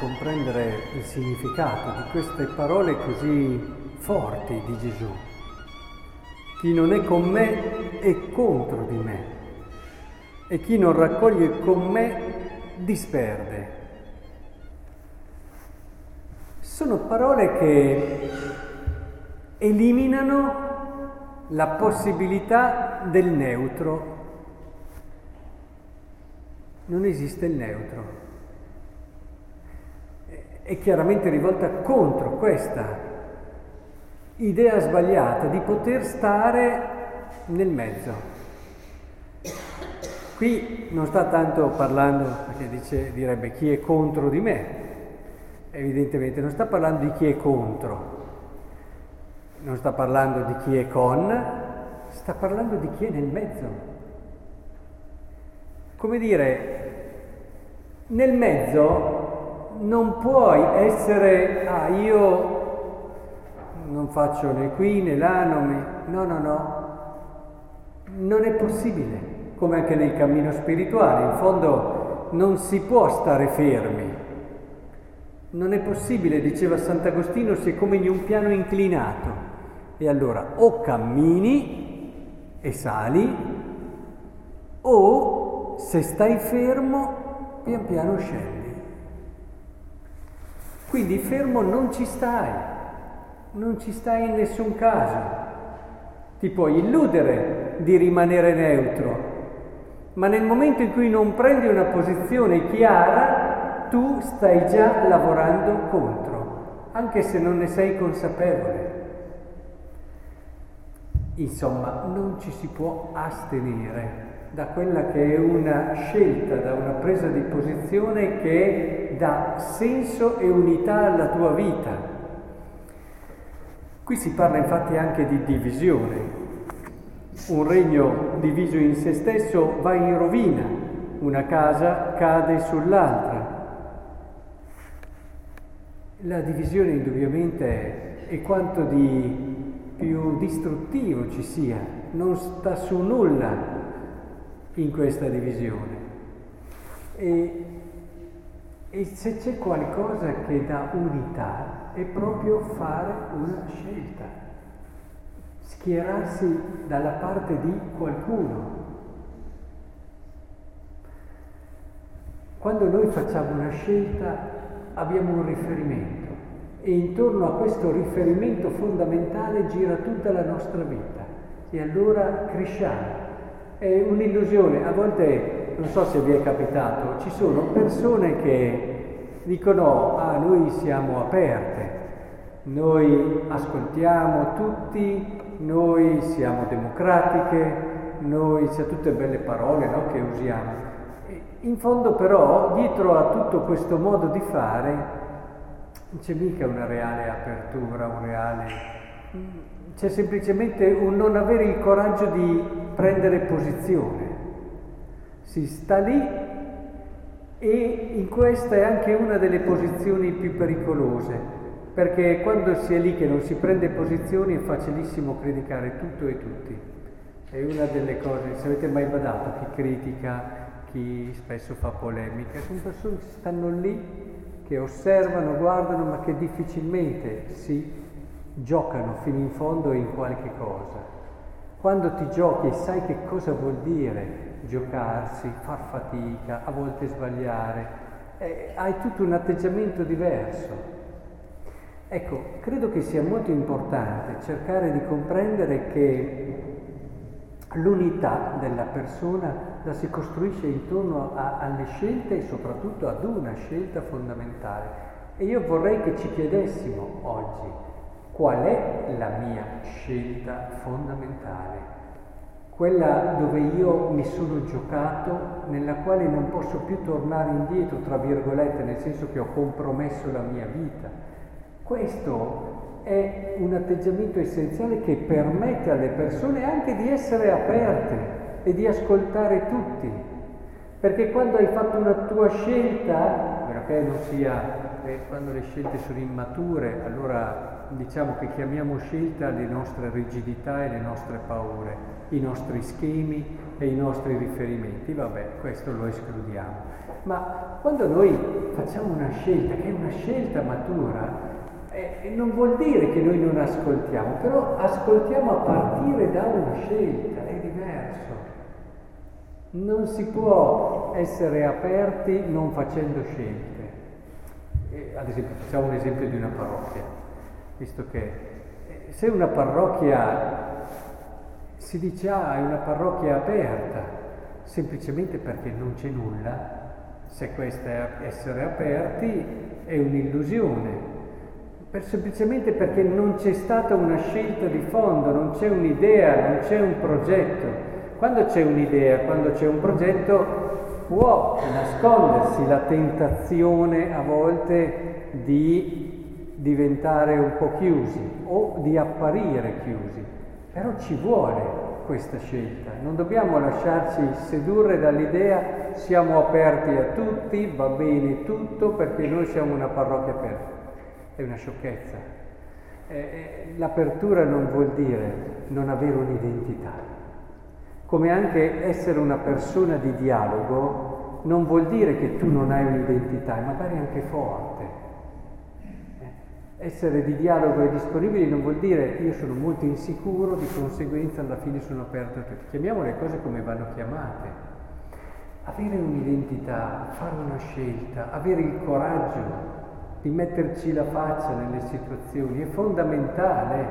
comprendere il significato di queste parole così forti di Gesù. Chi non è con me è contro di me, e chi non raccoglie con me disperde. Sono parole che eliminano la possibilità del neutro. Non esiste il neutro. È chiaramente rivolta contro questa idea sbagliata di poter stare nel mezzo. Qui non sta tanto parlando, perché direbbe chi è contro di me, evidentemente non sta parlando di chi è contro, non sta parlando di chi è con, sta parlando di chi è nel mezzo. Come dire, nel mezzo non puoi essere, io non faccio né qui né là, no, non è possibile, come anche nel cammino spirituale, in fondo non si può stare fermi, non è possibile, diceva Sant'Agostino, sei come in un piano inclinato, e allora o cammini e sali, o se stai fermo, pian piano scendi. Quindi fermo non ci stai in nessun caso. Ti puoi illudere di rimanere neutro, ma nel momento in cui non prendi una posizione chiara, tu stai già lavorando contro, anche se non ne sei consapevole. Insomma, non ci si può astenere da quella che è una scelta, da una presa di posizione che dà senso e unità alla tua vita. Qui si parla infatti anche di divisione. Un regno diviso in se stesso va in rovina, una casa cade sull'altra. La divisione indubbiamente è quanto di più distruttivo ci sia, non sta su nulla in questa divisione. E se c'è qualcosa che dà unità è proprio fare una scelta, schierarsi dalla parte di qualcuno. Quando noi facciamo una scelta abbiamo un riferimento e intorno a questo riferimento fondamentale gira tutta la nostra vita e allora cresciamo. È un'illusione, a volte, non so se vi è capitato, ci sono persone che dicono noi siamo aperte, noi ascoltiamo tutti, noi siamo democratiche, noi siamo tutte belle parole, no, che usiamo. In fondo però dietro a tutto questo modo di fare non c'è mica una reale apertura, c'è semplicemente un non avere il coraggio di prendere posizione. Si sta lì e in questa è anche una delle posizioni più pericolose, perché quando si è lì che non si prende posizioni è facilissimo criticare tutto e tutti. È una delle cose, se avete mai badato, chi critica, chi spesso fa polemica, sono persone che stanno lì, che osservano, guardano, ma che difficilmente si giocano fino in fondo in qualche cosa. Quando ti giochi e sai che cosa vuol dire giocarsi, far fatica, a volte sbagliare, hai tutto un atteggiamento diverso. Ecco, credo che sia molto importante cercare di comprendere che l'unità della persona la si costruisce intorno alle scelte e soprattutto ad una scelta fondamentale. E io vorrei che ci chiedessimo oggi qual è la mia scelta fondamentale, quella dove io mi sono giocato, nella quale non posso più tornare indietro, tra virgolette, nel senso che ho compromesso la mia vita. Questo è un atteggiamento essenziale che permette alle persone anche di essere aperte e di ascoltare tutti, perché quando hai fatto una tua scelta, perché non sia, quando le scelte sono immature, allora diciamo che chiamiamo scelta le nostre rigidità e le nostre paure, i nostri schemi e i nostri riferimenti. Vabbè, questo lo escludiamo. Ma quando noi facciamo una scelta, che è una scelta matura, non vuol dire che noi non ascoltiamo, però ascoltiamo a partire da una scelta, è diverso. Non si può essere aperti non facendo scelte. Ad esempio, facciamo un esempio di una parrocchia, visto che se una parrocchia si dice è una parrocchia aperta, semplicemente perché non c'è nulla, se questa è essere aperti è un'illusione. Semplicemente perché non c'è stata una scelta di fondo, non c'è un'idea, non c'è un progetto. Quando c'è un'idea, quando c'è un progetto, può nascondersi la tentazione a volte di diventare un po' chiusi o di apparire chiusi. Però ci vuole questa scelta, non dobbiamo lasciarci sedurre dall'idea siamo aperti a tutti, va bene tutto perché noi siamo una parrocchia aperta. È una sciocchezza. L'apertura non vuol dire non avere un'identità. Come anche essere una persona di dialogo non vuol dire che tu non hai un'identità, e magari anche forte. Essere di dialogo e disponibili non vuol dire io sono molto insicuro, di conseguenza alla fine sono aperto a tutti. Chiamiamo le cose come vanno chiamate. Avere un'identità, fare una scelta, avere il coraggio di metterci la faccia nelle situazioni è fondamentale,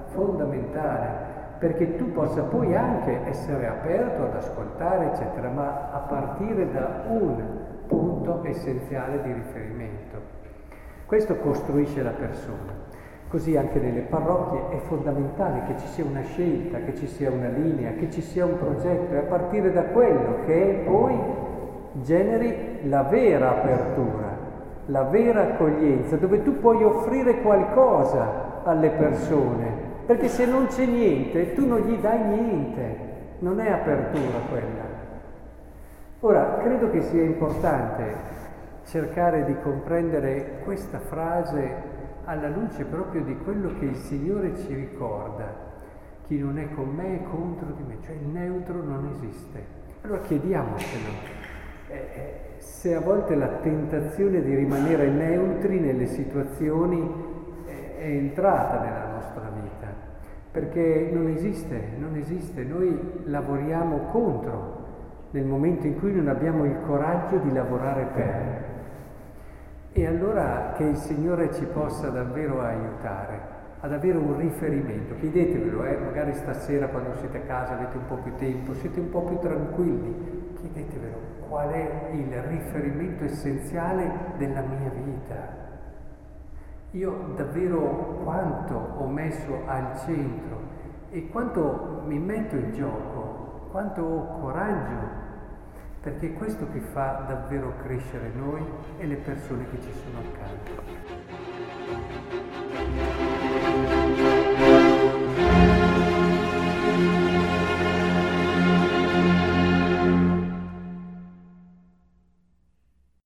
perché tu possa poi anche essere aperto ad ascoltare, eccetera, ma a partire da un punto essenziale di riferimento. Questo costruisce la persona. Così anche nelle parrocchie è fondamentale che ci sia una scelta, che ci sia una linea, che ci sia un progetto, e a partire da quello che poi generi la vera apertura, la vera accoglienza, dove tu puoi offrire qualcosa alle persone, perché se non c'è niente, tu non gli dai niente, non è apertura quella. Ora, credo che sia importante cercare di comprendere questa frase alla luce proprio di quello che il Signore ci ricorda. Chi non è con me è contro di me, cioè il neutro non esiste. Allora chiediamocelo. Se a volte la tentazione di rimanere neutri nelle situazioni è entrata nella nostra vita, perché non esiste, noi lavoriamo contro nel momento in cui non abbiamo il coraggio di lavorare per. E allora che il Signore ci possa davvero aiutare ad avere un riferimento. Chiedetevelo, magari stasera quando siete a casa avete un po' più tempo, siete un po' più tranquilli, chiedetevelo qual è il riferimento essenziale della mia vita. Io davvero quanto ho messo al centro e quanto mi metto in gioco, quanto ho coraggio, perché è questo che fa davvero crescere noi e le persone che ci sono accanto.